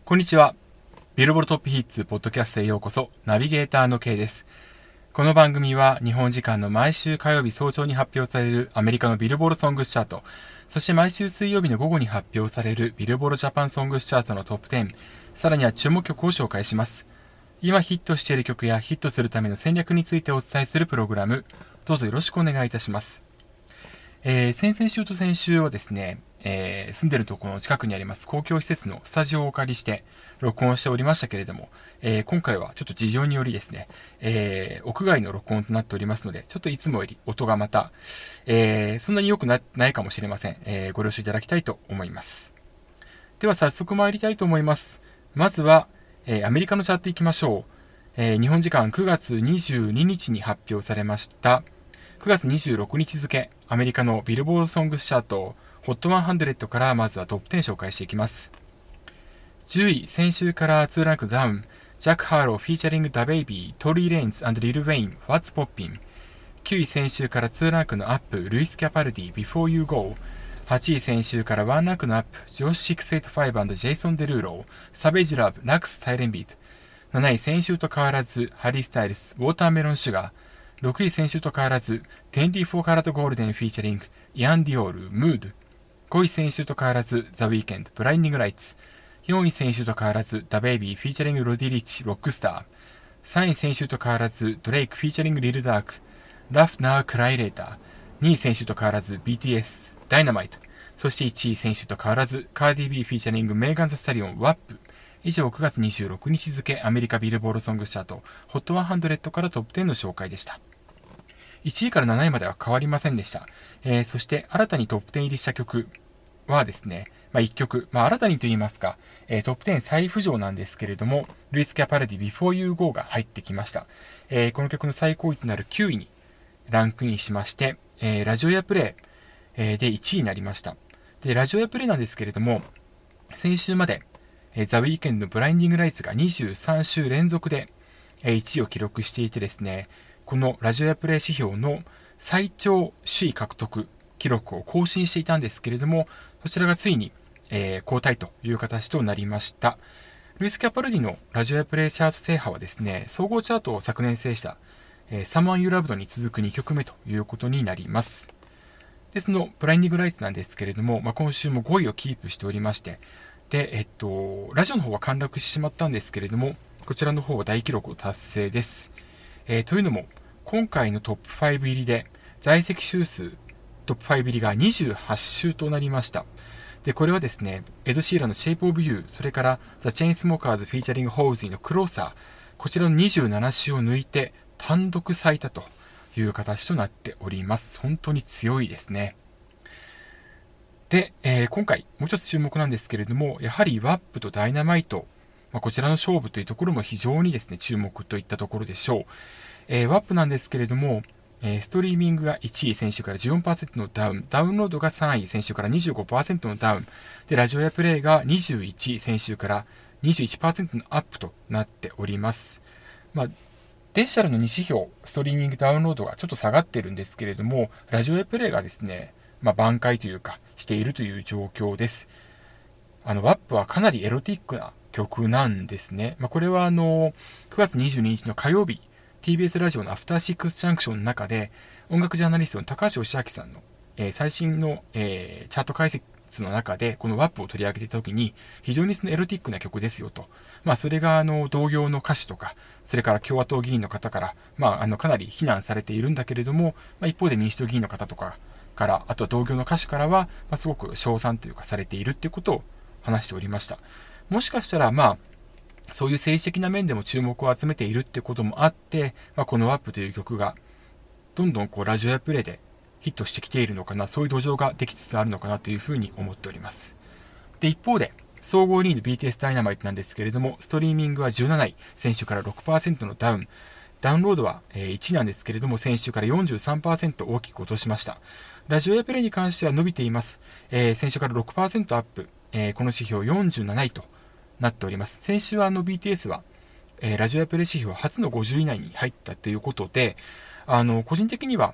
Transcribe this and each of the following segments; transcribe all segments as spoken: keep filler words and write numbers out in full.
こんにちは。ビルボールトップヒッツポッドキャストへようこそ。ナビゲーターの K です。この番組は日本時間の毎週火曜日早朝に発表されるアメリカのビルボールソングスチャート、そして毎週水曜日の午後に発表されるビルボールジャパンソングスチャートのトップじゅう、さらには注目曲を紹介します。今ヒットしている曲やヒットするための戦略についてお伝えするプログラム、どうぞよろしくお願いいたします。えー、先々週と先週はですね、えー、住んでるところの近くにあります公共施設のスタジオをお借りして録音しておりましたけれども、えー、今回はちょっと事情によりですね、えー、屋外の録音となっておりますので、ちょっといつもより音がまた、えー、そんなに良く な, ないかもしれません、えー。ご了承いただきたいと思います。では早速参りたいと思います。まずは、えー、アメリカのチャートいきましょう。えー、日本時間くがつにじゅうににちに発表されましたくがつにじゅうろくにち付アメリカのビルボールソングスチャートホットひゃくからまずはトップじゅう紹介していきます。じゅうい、先週からにランクダウン、ジャック・ハーローフィーチャリング・ダ・ベイビー、トリー・レインズ&リル・ウェイン、What's Poppin'。きゅうい、先週からにランクのアップ、ルイス・キャパルディ、Before You Go。はちい、先週からいちランクのアップ、ジョシュろくはちご&ジェイソン・デルーロー、サベージ・ラブ、ナックス・サイレン・ビート。なない、先週と変わらず、ハリー・スタイルス、ウォーターメロン・シュガー。ろくい、先週と変わらず、にじゅうよんカラット・ゴールデンフィーチャリング、イアン・ディオール、ムード。ごい、先週と変わらず、ザ・ウィーケンド、ブラインディング・ライツ。よんい、先週と変わらず、ダ・ベイビー、フィーチャリング・ロディ・リッチ、ロックスター。さんい、先週と変わらず、ドレイク、フィーチャリング・リル・ダーク、ラフ・ナウ・クライ・レーター。にい、先週と変わらず、ビーティーエス、ダイナマイト。そしていちい、先週と変わらず、カーディ・ビー、フィーチャリング・メーガン・ザ・スタリオン、ワップ。以上、くがつにじゅうろくにち付アメリカビルボールソングチャート、ホットひゃくからトップじゅうの紹介でした。いちいからなないまでは変わりませんでした。えー、そして新たにトップじゅう入りした曲はですね、まあ、いっきょく、まあ、新たにと言いますか、えー、トップじゅう再浮上なんですけれども、ルイス・キャパルディ Before You Go が入ってきました。えー、この曲の最高位となるきゅういにランクインしまして、えー、ラジオやプレイ、えー、でいちいになりました。で、ラジオやプレイなんですけれども、先週まで、えー、ザ・ウィーケンドのブラインディング・ライツがにじゅうさんしゅう連続で、えー、いちいを記録していてですね、このラジオやプレイ指標の最長首位獲得記録を更新していたんですけれども、そちらがついに、えー、交代という形となりました。ルイス・キャパルディのラジオやプレイチャート制覇はですね、総合チャートを昨年制した、えー、Someone You Lovedに続くにきょくめということになります。で、そのブラインディングライツなんですけれども、まあ、今週もごいをキープしておりまして、で、えっと、ラジオの方は陥落してしまったんですけれども、こちらの方は大記録を達成です。えー、というのも、今回のトップご入りで、在籍週数、トップご入りがにじゅうはち週となりました。で、これはですね、エド・シーランの Shape of You、それからザ・チェインスモーカーズフィーチャリング・ホーズィのクローサー、こちらのにじゅうなな週を抜いて単独最多という形となっております。本当に強いですね。で、えー、今回もう一つ注目なんですけれども、やはりワップとダイナマイト、まあ、こちらの勝負というところも非常にですね、注目といったところでしょう。えー、ワップなんですけれども、えー、ストリーミングがいちい、先週から じゅうよんパーセント のダウン、ダウンロードがさんい、先週から にじゅうごパーセント のダウン、で、ラジオやプレイがにじゅういちい、先週から にじゅういちパーセント のアップとなっております。まあ、デジタルのに指標、ストリーミングダウンロードがちょっと下がってるんですけれども、ラジオやプレイがですね、まあ、挽回というか、しているという状況です。あの、ワップはかなりエロティックな曲なんですね。まあ、これはあの、くがつにじゅうににちの火曜日、ティービーエス ラジオのアフターシックスジャンクションの中で、音楽ジャーナリストの高橋義明さんの、えー、最新の、えー、チャート解説の中で、このワップを取り上げていたときに、非常にそのエロティックな曲ですよと。まあ、それがあの、同業の歌手とか、それから共和党議員の方から、まあ、あの、かなり非難されているんだけれども、まあ、一方で民主党議員の方とかから、あとは同業の歌手からは、まあ、すごく称賛というかされているっていうことを話しておりました。もしかしたら、まあ、そういう政治的な面でも注目を集めているってこともあって、まあ、このワップという曲が、どんどんこうラジオやプレイでヒットしてきているのかな、そういう土壌ができつつあるのかなというふうに思っております。で、一方で、総合にいの ビーティーエス ダイナマイトなんですけれども、ストリーミングはじゅうなない、先週から ろくパーセント のダウン、ダウンロードはいちなんですけれども、先週から よんじゅうさんパーセント 大きく落としました。ラジオやプレイに関しては伸びています。えー、先週から ろくパーセント アップ、えー、この指標よんじゅうなないとなっております。先週はあの ビーティーエス は、えー、ラジオやプレイ指標初のごじゅうい以内に入ったということで、あの個人的には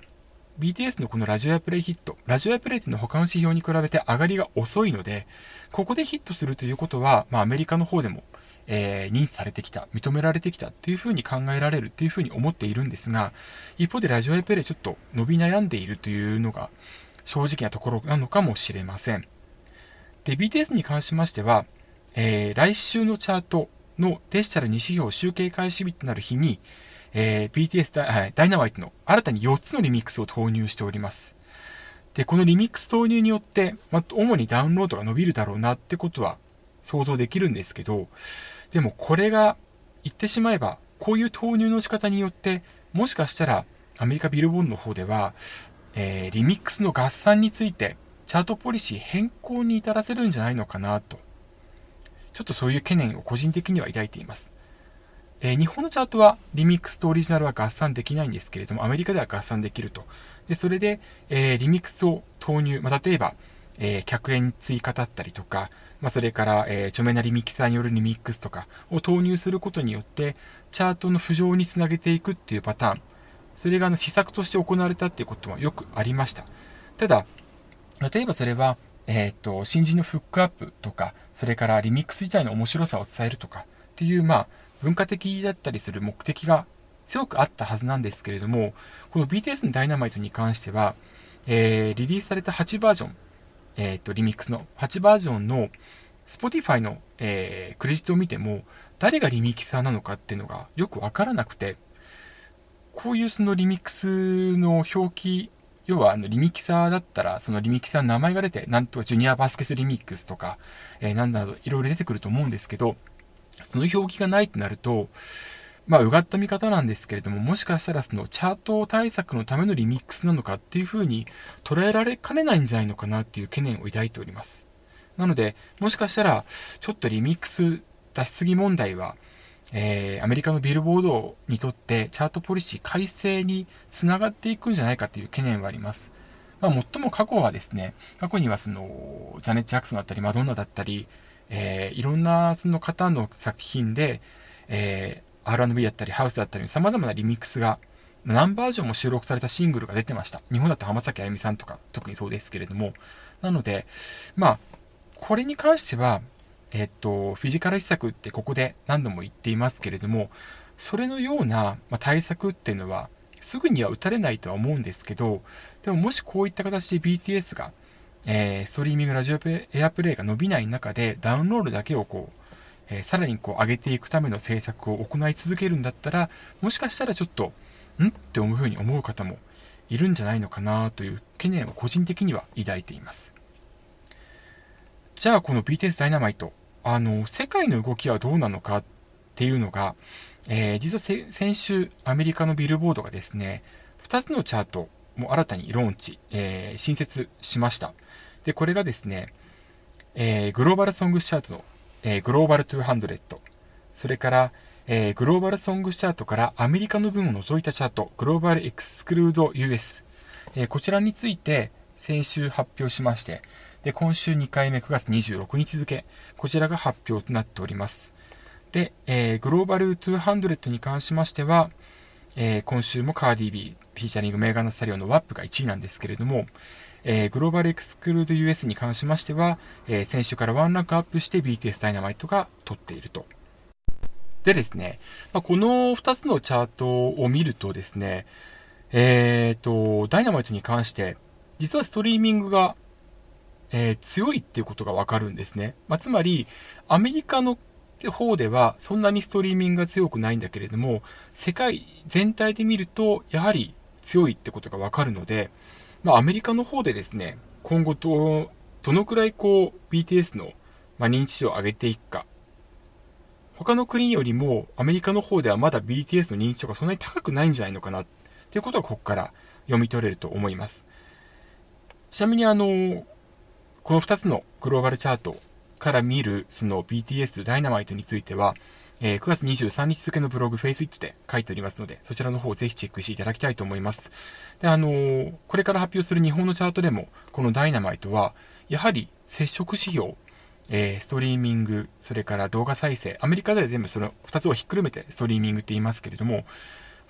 ビーティーエス のこのラジオやプレイヒット、ラジオやプレイっていうのは他の指標に比べて上がりが遅いので、ここでヒットするということは、まあアメリカの方でも、えー、認知されてきた、認められてきたというふうに考えられるというふうに思っているんですが、一方でラジオやプレイちょっと伸び悩んでいるというのが正直なところなのかもしれません。で、ビーティーエス に関しましては、えー、来週のチャートのデジタルに指標集計開始日となる日に、えー、ビーティーエス ダイ、ダイナマイトの新たによっつのリミックスを投入しております。で、このリミックス投入によって、まあ、主にダウンロードが伸びるだろうなってことは想像できるんですけど、でもこれが言ってしまえば、こういう投入の仕方によって、もしかしたらアメリカビルボードの方では、えー、リミックスの合算についてチャートポリシー変更に至らせるんじゃないのかなと、ちょっとそういう懸念を個人的には抱いています。えー、日本のチャートはリミックスとオリジナルは合算できないんですけれども、アメリカでは合算できると。で、それで、えー、リミックスを投入、まあ、例えば、えー、客円追加だったりとか、まあ、それから、えー、著名なリミキサーによるリミックスとかを投入することによって、チャートの浮上につなげていくっていうパターン、それがあの施策として行われたっていうことはよくありました。ただ、例えばそれは、えっと、新人のフックアップとか、それからリミックス自体の面白さを伝えるとかっていう、まあ、文化的だったりする目的が強くあったはずなんですけれども、この ビーティーエス のダイナマイトに関しては、えー、リリースされたはちバージョン、えっと、リミックスのはちバージョンの Spotify の、えー、クレジットを見ても、誰がリミキサーなのかっていうのがよくわからなくて、こういうそのリミックスの表記、要はあのリミキサーだったら、そのリミキサーの名前が出て、なんとかジュニアバスケスリミックスとか、えー、なんなどいろいろ出てくると思うんですけど、その表記がないとなると、まあ、うがった見方なんですけれども、もしかしたらそのチャート対策のためのリミックスなのかっていう風に捉えられかねないんじゃないのかなっていう懸念を抱いております。なので、もしかしたら、ちょっとリミックス出しすぎ問題は、えー、アメリカのビルボードにとってチャートポリシー改正につながっていくんじゃないかという懸念はあります。まあ、最も過去はですね、過去にはその、ジャネット・ジャクソンだったり、マドンナだったり、えー、いろんなその方の作品で、えー、アールアンドビー だったり、ハウスだったり、様々なリミックスが、何バージョンも収録されたシングルが出てました。日本だと浜崎あゆみさんとか、特にそうですけれども。なので、まあ、これに関しては、えっと、フィジカル施策ってここで何度も言っていますけれども、それのような、まあ、対策っていうのは、すぐには打たれないとは思うんですけど、でももしこういった形で ビーティーエス が、えー、ストリーミングラジオエアプレイが伸びない中でダウンロードだけをこう、えー、さらにこう上げていくための政策を行い続けるんだったら、もしかしたらちょっと、んって思うふうに思う方もいるんじゃないのかなという懸念を個人的には抱いています。じゃあこの ビーティーエス ダイナマイト、あの、世界の動きはどうなのかっていうのが、えー、実は先週アメリカのビルボードがですね、ふたつのチャートも新たにローンチ、えー、新設しました。で、これがですね、えー、グローバルソングチャートの、えー、グローバルにひゃく、それから、えー、グローバルソングチャートからアメリカの分を除いたチャート、グローバルエクスクルード ユーエス、えー、こちらについて先週発表しまして、で、今週にかいめくがつにじゅうろくにち付、こちらが発表となっております。で、えー、グローバルにひゃくに関しましては、えー、今週もカーディー B、フィーチャリングメーガン・ナスタリオの ワップ がいちいなんですけれども、えー、グローバルエクスクルード ユーエス に関しましては、えー、先週からワンランクアップして ビーティーエス ダイナマイトが取っていると。でですね、まあ、このふたつのチャートを見るとですね、えーと、ダイナマイトに関して、実はストリーミングが、えー、強いっていうことがわかるんですね。まあ、つまり、アメリカの方ではそんなにストリーミングが強くないんだけれども、世界全体で見ると、やはり強いってことがわかるので、まあ、アメリカの方でですね、今後ど、どのくらいこう、ビーティーエス の、まあ、認知度を上げていくか。他の国よりも、アメリカの方ではまだ ビーティーエス の認知度がそんなに高くないんじゃないのかな、っていうことがここから読み取れると思います。ちなみにあの、このふたつのグローバルチャートから見る、その ビーティーエス ダイナマイトについては、えー、くがつにじゅうさんにち付のブログ Facebook で書いておりますので、そちらの方をぜひチェックしていただきたいと思います。で、あのー、これから発表する日本のチャートでも、このダイナマイトは、やはり接触指標、えー、ストリーミング、それから動画再生、アメリカでは全部そのふたつをひっくるめてストリーミングって言いますけれども、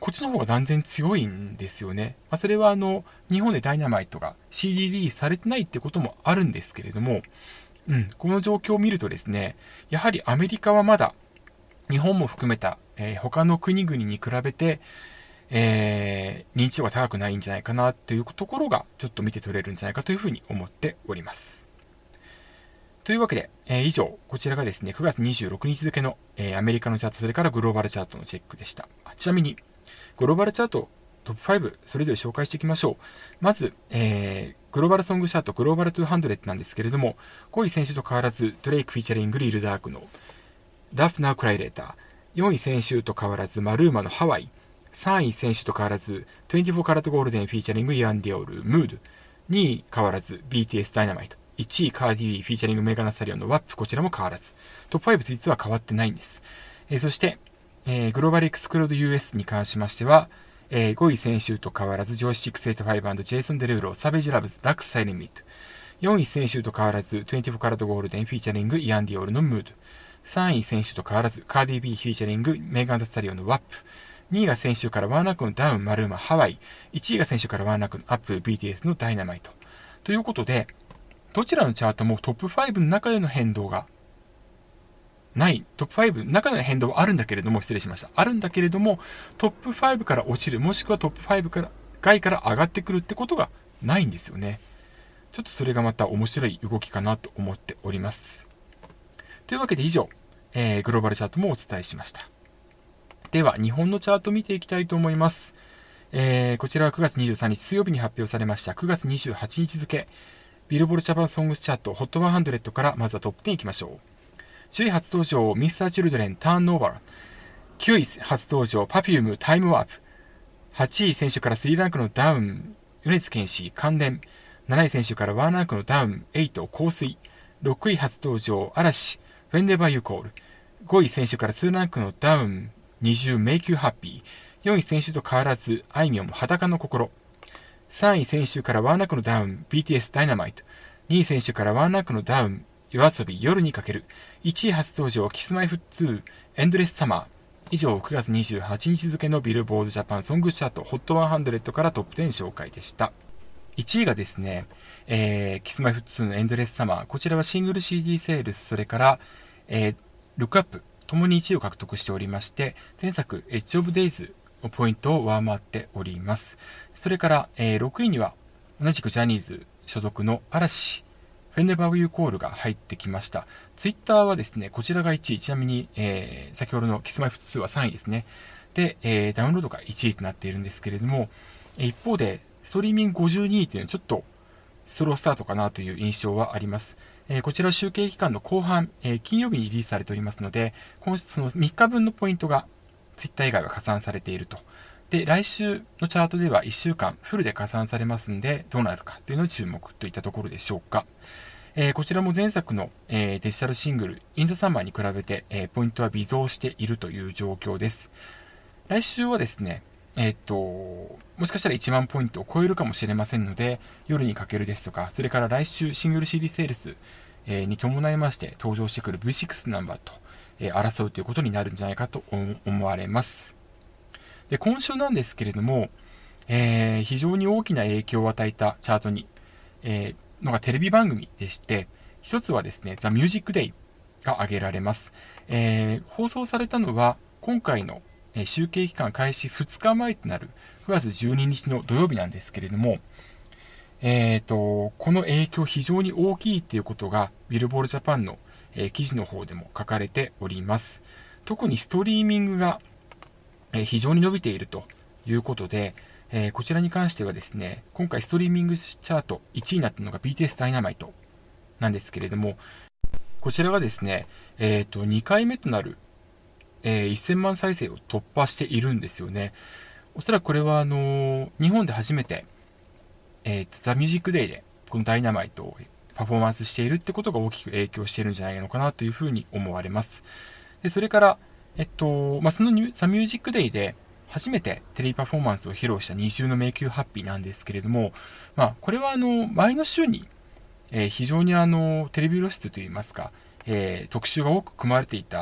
こっちの方が断然強いんですよね。まあ、それはあの、日本でダイナマイトが シーディー リリースされてないってこともあるんですけれども、うん、この状況を見るとですね、やはりアメリカはまだ、日本も含めた、えー、他の国々に比べて、えー、認知度が高くないんじゃないかなというところが、ちょっと見て取れるんじゃないかというふうに思っております。というわけで、えー、以上、こちらがですね、くがつにじゅうろくにち付の、えー、アメリカのチャート、それからグローバルチャートのチェックでした。ちなみに、グローバルチャート、トップファイブ、それぞれ紹介していきましょう。まず、えー、グローバルソングチャート、グローバルにひゃくなんですけれども、ごい先週と変わらず、ドレイクフィーチャリングリールダークのラフナークライレーター、よんい先週と変わらず、マルーマのハワイ、さんい先週と変わらず、にじゅうよんカラットゴールデンフィーチャリングイアンディオール、ムード、にい変わらず、ビーティーエス ダイナマイト、いちいカーディビーフィーチャリングメガナスタリオンのワップ、こちらも変わらず、トップファイブ実は変わってないんです。えー、そして、えー、グローバルエクスクロード ユーエス に関しましては、えー、ごい先週と変わらず、ジョーシックスエイトファイブ ジェイソン・デルーロ、サベージ・ラブズ、ラックス・サイリミット。よんい先週と変わらず、にじゅうよんカラットゴールデンフィーチャリングイアンディオールのムード。さんい先週と変わらず、カーディビーフィーチャリングメガン・ザ・スタリオンのワップ。にいが先週からワンランクのダウン、マルーマ、ハワイ。いちいが先週からワンランクのアップ、ビーティーエス のダイナマイト。ということで、どちらのチャートもトップファイブの中での変動がない。トップファイブの中での変動はあるんだけれども、失礼しました。あるんだけれども、トップファイブから落ちる、もしくはトップファイブから、外から上がってくるってことがないんですよね。ちょっとそれがまた面白い動きかなと思っております。というわけで以上、えー、グローバルチャートもお伝えしました。では、日本のチャート見ていきたいと思います。えー、こちらはくがつにじゅうさんにち水曜日に発表されましたくがつにじゅうはちにち付、ビルボールジャパンソングスチャート ホットひゃくからまずはトップテンいきましょう。じゅうい初登場、ミスターチルドレンターンオーバー。きゅうい初登場、パフュームタイムワープ。はちい選手からさんランクのダウン、米津玄師関連。なない選手からいちランクのダウン、はち香水。ろくい初登場、嵐、フェンデバーユーコール。ごい選手からにランクのダウン、にじゅう迷宮ハッピー。よんい選手と変わらず、あいみょん裸の心。さんい選手からいちランクのダウン、ビーティーエス ダイナマイト。にい選手からいちランクのダウン、夜遊び夜にかける。いちい初登場、キスマイフツー、エンドレスサマー。以上、くがつにじゅうはちにち付のビルボードジャパンソングチャート ホットひゃくからトップテン紹介でした。いちいがですね、えー、キスマイフツーのエンドレスサマー。こちらはシングル シーディー セールス、それから、えー、ルックアップ、ともにいちいを獲得しておりまして、前作、エッジオブデイズのポイントを上回っております。それから、えー、ろくいには、同じくジャニーズ所属の嵐、フェンデバーグユーコールが入ってきました。ツイッターはですね、こちらがいちい、ちなみに、えー、先ほどのキスマイフツーはさんいですね。で、えー、ダウンロードがいちいとなっているんですけれども、一方で、ストリーミングごじゅうにいというのはちょっとスロースタートかなという印象はあります。えー、こちら集計期間の後半、えー、金曜日にリリースされておりますので、今週そのみっかぶんのポイントがツイッター以外は加算されていると。で、来週のチャートではいっしゅうかんフルで加算されますんで、どうなるかというのに注目といったところでしょうか。えー、こちらも前作の、えー、デジタルシングル、インザサマーに比べて、えー、ポイントは微増しているという状況です。来週はですね、えー、っと、もしかしたらいちまんポイントを超えるかもしれませんので、夜にかけるですとか、それから来週シングル シーディー セールス、えー、に伴いまして登場してくる ブイシックス ナンバーと、えー、争うということになるんじゃないかと思われます。で、今週なんですけれども、えー、非常に大きな影響を与えたチャートに、えー、のがテレビ番組でして、一つはですね、ザ・ミュージック・デイが挙げられます。えー、放送されたのは、今回の、えー、集計期間開始ふつかまえとなるくがつじゅうににちの土曜日なんですけれども、えーと、この影響非常に大きいということが、ビルボールジャパンの、えー、記事の方でも書かれております。特にストリーミングが、えー、非常に伸びているということで、えー、こちらに関してはですね、今回ストリーミングチャートいちいになったのが ビーティーエス ダイナマイトなんですけれども、こちらがですね、えーと、にかいめとなる、えー、せんまん再生を突破しているんですよね。おそらくこれはあのー、日本で初めて、えーと、ザ・ミュージック・デイでこのダイナマイトをパフォーマンスしているってことが大きく影響しているんじゃないのかなというふうに思われます。で、それから、えっと、まあ、そのザ・ミュージック・デイで初めてテレビパフォーマンスを披露した二重の迷宮ハッピーなんですけれども、まあ、これはあの、前の週に、えー、非常にあの、テレビ露出といいますか、えー、特集が多く組まれていた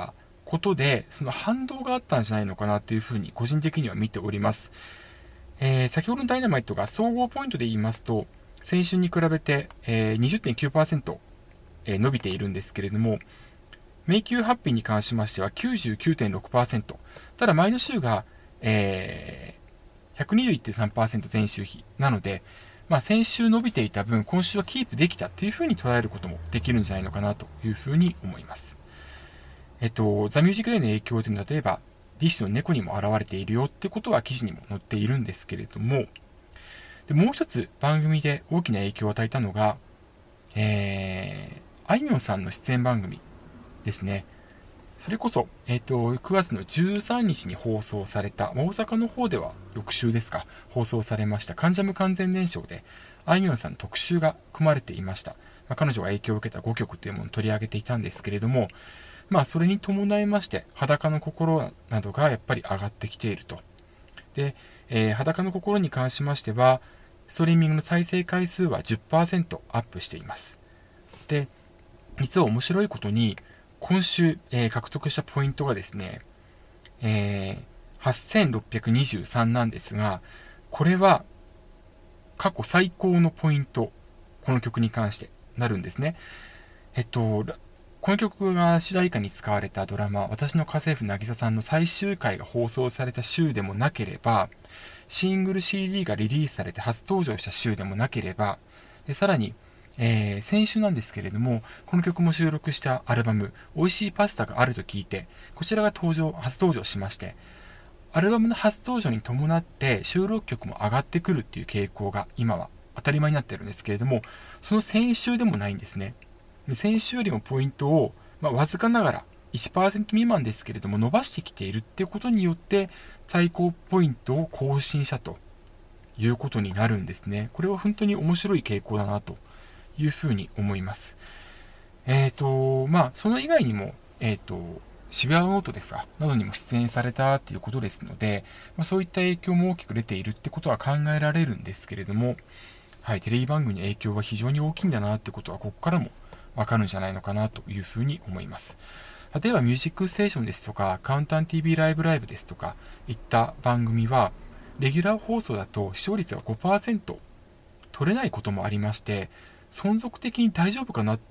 ことで、その反動があったんじゃないのかなというふうに個人的には見ております。えー、先ほどのダイナマイトが総合ポイントで言いますと、先週に比べて、えー、にじゅってんきゅうパーセント、えー、伸びているんですけれども、メイキューハッピーに関しましては きゅうじゅうきゅうてんろくパーセント。ただ前の週が、えー、ひゃくにじゅういってんさんパーセント 前週比なので、まあ、先週伸びていた分、今週はキープできたというふうに捉えることもできるんじゃないのかなというふうに思います。えっと、ザ・ミュージックデーの影響というのは、例えば、ディッシュの猫にも現れているよってことは記事にも載っているんですけれども、でもう一つ番組で大きな影響を与えたのが、えー、あいみょんさんの出演番組ですね。それこそ、えっと、くがつのじゅうさんにちに放送された、大阪の方では翌週ですか、放送されました、関ジャム完全燃焼で、あいみょんさんの特集が組まれていました。まあ、彼女が影響を受けたごきょくというものを取り上げていたんですけれども、まあ、それに伴いまして、裸の心などがやっぱり上がってきていると。で、えー、裸の心に関しましては、ストリーミングの再生回数は じゅっパーセント アップしています。で、実は面白いことに、今週、えー、獲得したポイントがですね、えー、はっせんろっぴゃくにじゅうさんなんですが、これは過去最高のポイント、この曲に関してなるんですね。えっと、この曲が主題歌に使われたドラマ、私の家政婦渚さんの最終回が放送された週でもなければ、シングル シーディー がリリースされて初登場した週でもなければ、でさらに、えー、先週なんですけれども、この曲も収録したアルバム、美味しいパスタがあると聞いて、こちらが登場、初登場しまして、アルバムの初登場に伴って収録曲も上がってくるっていう傾向が今は当たり前になっているんですけれども、その先週でもないんですね。で先週よりもポイントを、まあ、わずかながら いちパーセント 未満ですけれども伸ばしてきているっていうことによって最高ポイントを更新したということになるんですね。これは本当に面白い傾向だなというふうに思います。えっと、まあ、その以外にも、えっと、渋谷ノートですか、などにも出演されたということですので、まあ、そういった影響も大きく出ているってことは考えられるんですけれども、はい、テレビ番組の影響は非常に大きいんだなってことはここからもわかるんじゃないのかなというふうに思います。例えばミュージックステーションですとか、カウンタン ティーブイ ライブライブですとか、いった番組は、レギュラー放送だと視聴率が ごパーセント 取れないこともありまして、存続的に大丈夫かなって、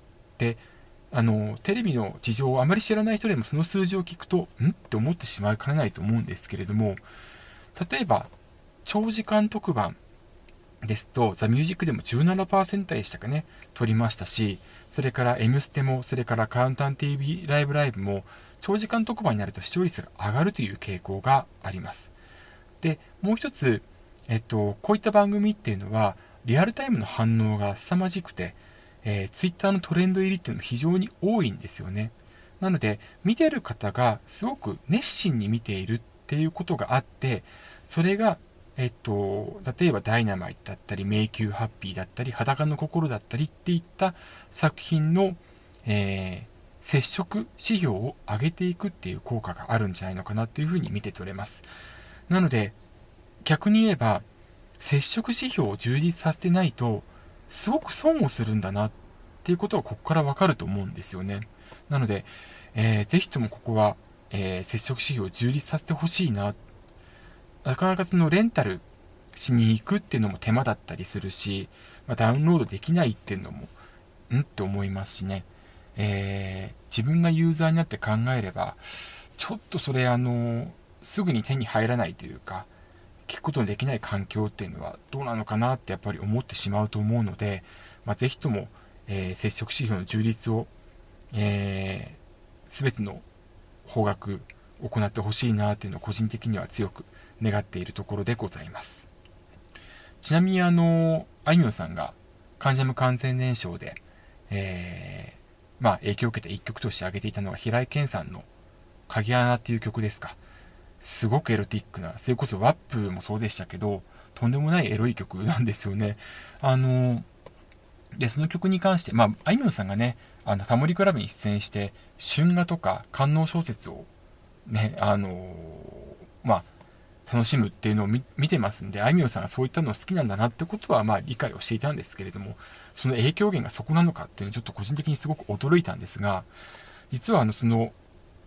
あの、テレビの事情をあまり知らない人でもその数字を聞くと、んって思ってしまいかねないと思うんですけれども、例えば、長時間特番ですと、ザ・ミュージックでも じゅうななパーセント でしたかね、取りましたし、それから M ステも、それからカウンタン ティーブイ ライブライブも、長時間特番になると視聴率が上がるという傾向があります。で、もう一つ、えっと、こういった番組っていうのは、リアルタイムの反応が凄まじくて、えー、Twitter のトレンド入りっていうのも非常に多いんですよね。なので、見てる方がすごく熱心に見ているっていうことがあって、それがえっと、例えばダイナマイトだったり、迷宮ハッピーだったり、裸の心だったりっていった作品の、えー、接触指標を上げていくっていう効果があるんじゃないのかなっていうふうに見て取れます。なので、逆に言えば、接触指標を充実させてないと、すごく損をするんだなっていうことはここからわかると思うんですよね。なので、えー、ぜひともここは、えー、接触指標を充実させてほしいな。なかなかそのレンタルしに行くっていうのも手間だったりするし、まあ、ダウンロードできないっていうのも、んって思いますしね。えー、自分がユーザーになって考えれば、ちょっとそれあの、すぐに手に入らないというか、聞くことのできない環境っていうのはどうなのかなってやっぱり思ってしまうと思うので、まあ、ぜひとも、えー、接触指標の充実を、えー、全ての方角行ってほしいなというのを個人的には強く願っているところでございます。ちなみにあの、あいみょんさんが関ジャム完全燃焼で、えー、まあ影響を受けて一曲として挙げていたのが平井堅さんの鍵穴っていう曲ですか。すごくエロティックな、それこそワップもそうでしたけど、とんでもないエロい曲なんですよね。あの、で、その曲に関して、まあ、あいみょんさんがね、あの、タモリクラブに出演して、春画とか官能小説をね、あの、まあ、楽しむっていうのを 見, 見てますんで、あいみょんさんがそういったのを好きなんだなってことはまあ理解をしていたんですけれども、その影響源がそこなのかっていうのをちょっと個人的にすごく驚いたんですが、実はあのその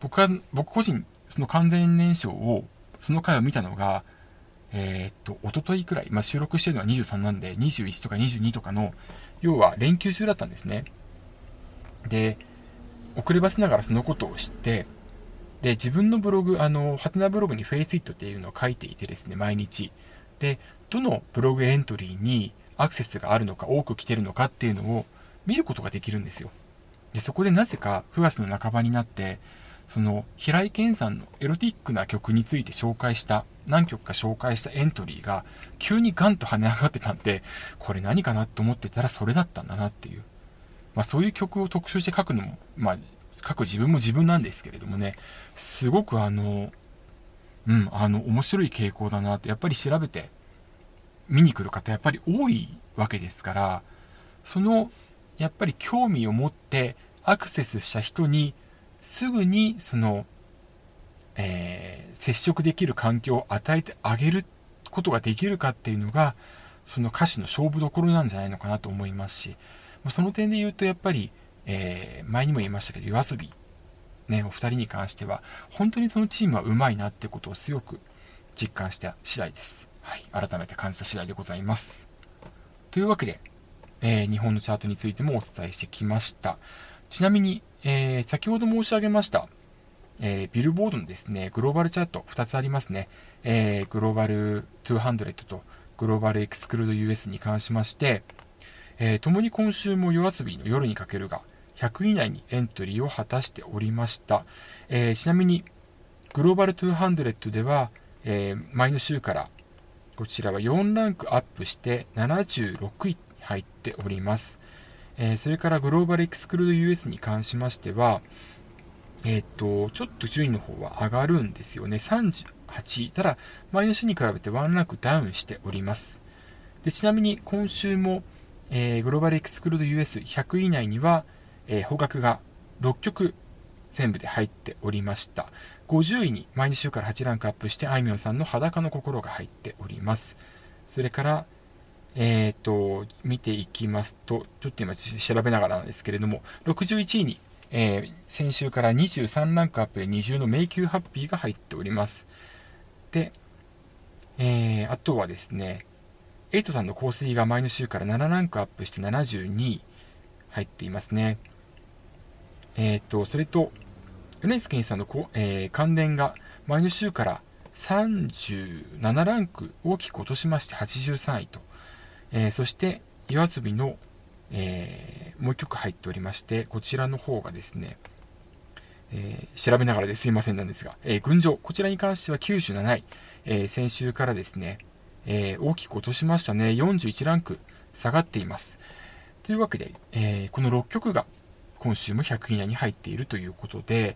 僕は、僕個人、その完全燃焼を、その回を見たのが、えー、っと、一昨日くらい、まあ、収録してるのはにじゅうさんなんで、にじゅういちとかにじゅうにとかの、要は連休中だったんですね。で、遅ればせながらそのことを知って、で、自分のブログ、あの、ハテナブログにフェイスイットっていうのを書いていてですね、毎日。で、どのブログエントリーにアクセスがあるのか、多く来てるのかっていうのを見ることができるんですよ。で、そこでなぜかくがつの半ばになって、その平井堅さんのエロティックな曲について紹介した、何曲か紹介したエントリーが急にガンと跳ね上がってたんで、これ何かなと思ってたらそれだったんだなっていう。まあそういう曲を特集して書くのも、まあ書く自分も自分なんですけれどもね、すごくあの、うん、あの、面白い傾向だなって、やっぱり調べて見に来る方やっぱり多いわけですから、その、やっぱり興味を持ってアクセスした人にすぐにその、えー、接触できる環境を与えてあげることができるかっていうのが、その歌詞の勝負どころなんじゃないのかなと思いますし、その点で言うとやっぱり、えー、前にも言いましたけど、YOASOBI、ね、お二人に関しては、本当にそのチームは上手いなってことを強く実感した次第です。はい、改めて感じた次第でございます。というわけで、えー、日本のチャートについてもお伝えしてきました。ちなみに、えー、先ほど申し上げました、えー、ビルボードのですね、グローバルチャートふたつありますね。えー、グローバルにひゃくとグローバルエクスクルード ユーエス に関しまして、えー、共に今週もYOASOBIの夜にかけるがひゃくい以内にエントリーを果たしておりました。えー、ちなみに、グローバルにひゃくでは、えー、前の週からこちらはよんランクアップしてななじゅうろくいに入っております。えー、それからグローバルエクスクルード ユーエス に関しましては、えっと、ちょっと順位の方は上がるんですよね。さんじゅうはちい。ただ、前の週に比べてワンランクダウンしております。で、ちなみに今週も、えー、グローバルエクスクルード ユーエスひゃく 以内には、えー、邦楽がろっきょく全部で入っておりました。ごじゅういに前の週からはちランクアップして、あいみょんさんの裸の心が入っております。それから、えっと、見ていきますと、ちょっと今調べながらなんですけれども、ろくじゅういちいに、えー、先週からにじゅうさんランクアップでにじゅうの迷宮ハッピーが入っております。で、えー、あとはですね、エイトさんの香水が前の週からななランクアップしてななじゅうにい入っていますね。えっと、それと、米津玄師さんのこ、えー、関連が前の週からさんじゅうななランク大きく落としましてはちじゅうさんいと、えー、そして YOASOBI の、えー、もう一曲入っておりまして、こちらの方がですね、えー、調べながらですいませんなんですが、えー、群青、こちらに関してはきゅうじゅうなない、えー、先週からですね、えー、大きく落としましたね。よんじゅういちランク下がっています。というわけで、えー、このろっきょくが今週もひゃくい以内に入っているということで、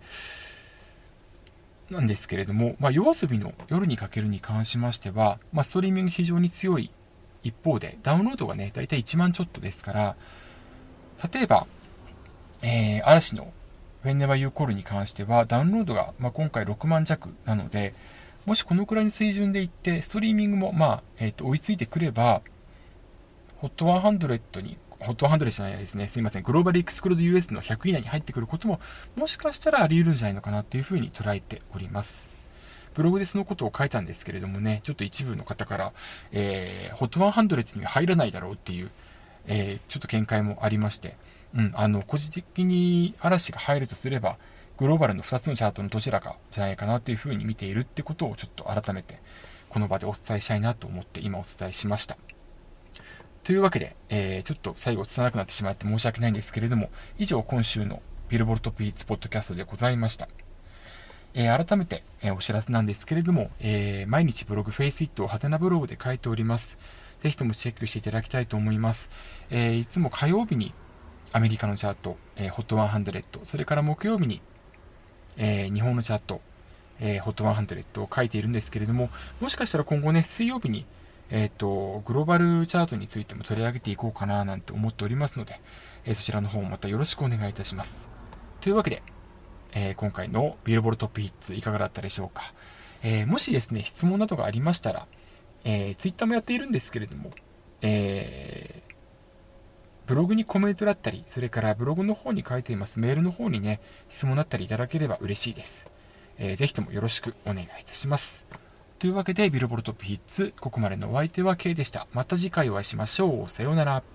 なんですけれども、まあ、YOASOBIの夜にかけるに関しましては、まあ、ストリーミング非常に強い一方で、ダウンロードがね、だいたいいちまんちょっとですから、例えば、えー、嵐の Whenever You Call に関しては、ダウンロードが、まあ、今回ろくまん弱なので、もしこのくらいの水準でいって、ストリーミングも、まあ、えっと、追いついてくれば、ホットひゃくに、ホットひゃくじゃないですね。すいません。グローバルエクスクルード ユーエス のひゃくい以内に入ってくることも、もしかしたらあり得るんじゃないのかなっていうふうに捉えております。ブログでそのことを書いたんですけれどもね、ちょっと一部の方から、えー、ホットひゃくには入らないだろうっていう、えー、ちょっと見解もありまして、うん、あの、個人的に嵐が入るとすれば、グローバルのふたつのチャートのどちらかじゃないかなというふうに見ているってことをちょっと改めて、この場でお伝えしたいなと思って今お伝えしました。というわけで、えー、ちょっと最後拙くなってしまって申し訳ないんですけれども、以上今週のビルボルトピーツポッドキャストでございました。えー、改めて、えー、お知らせなんですけれども、えー、毎日ブログ、フェイスイットをハテナブログで書いております。ぜひともチェックしていただきたいと思います。えー、いつも火曜日にアメリカのチャート、えー、ホットひゃく、それから木曜日に、えー、日本のチャート、えー、ホットひゃくを書いているんですけれども、もしかしたら今後ね、水曜日に、えっと、グローバルチャートについても取り上げていこうかななんて思っておりますので、えー、そちらの方もまたよろしくお願いいたします。というわけで、えー、今回のビルボルトピーツいかがだったでしょうか。えー、もしですね、質問などがありましたら、えー、ツイッターもやっているんですけれども、えブログにコメントだったり、それからブログの方に書いていますメールの方にね、質問だったりいただければ嬉しいです。えー、ぜひともよろしくお願いいたします。というわけで、ビルボールトップヒッツ、ここまでのお相手は K でした。また次回お会いしましょう。さようなら。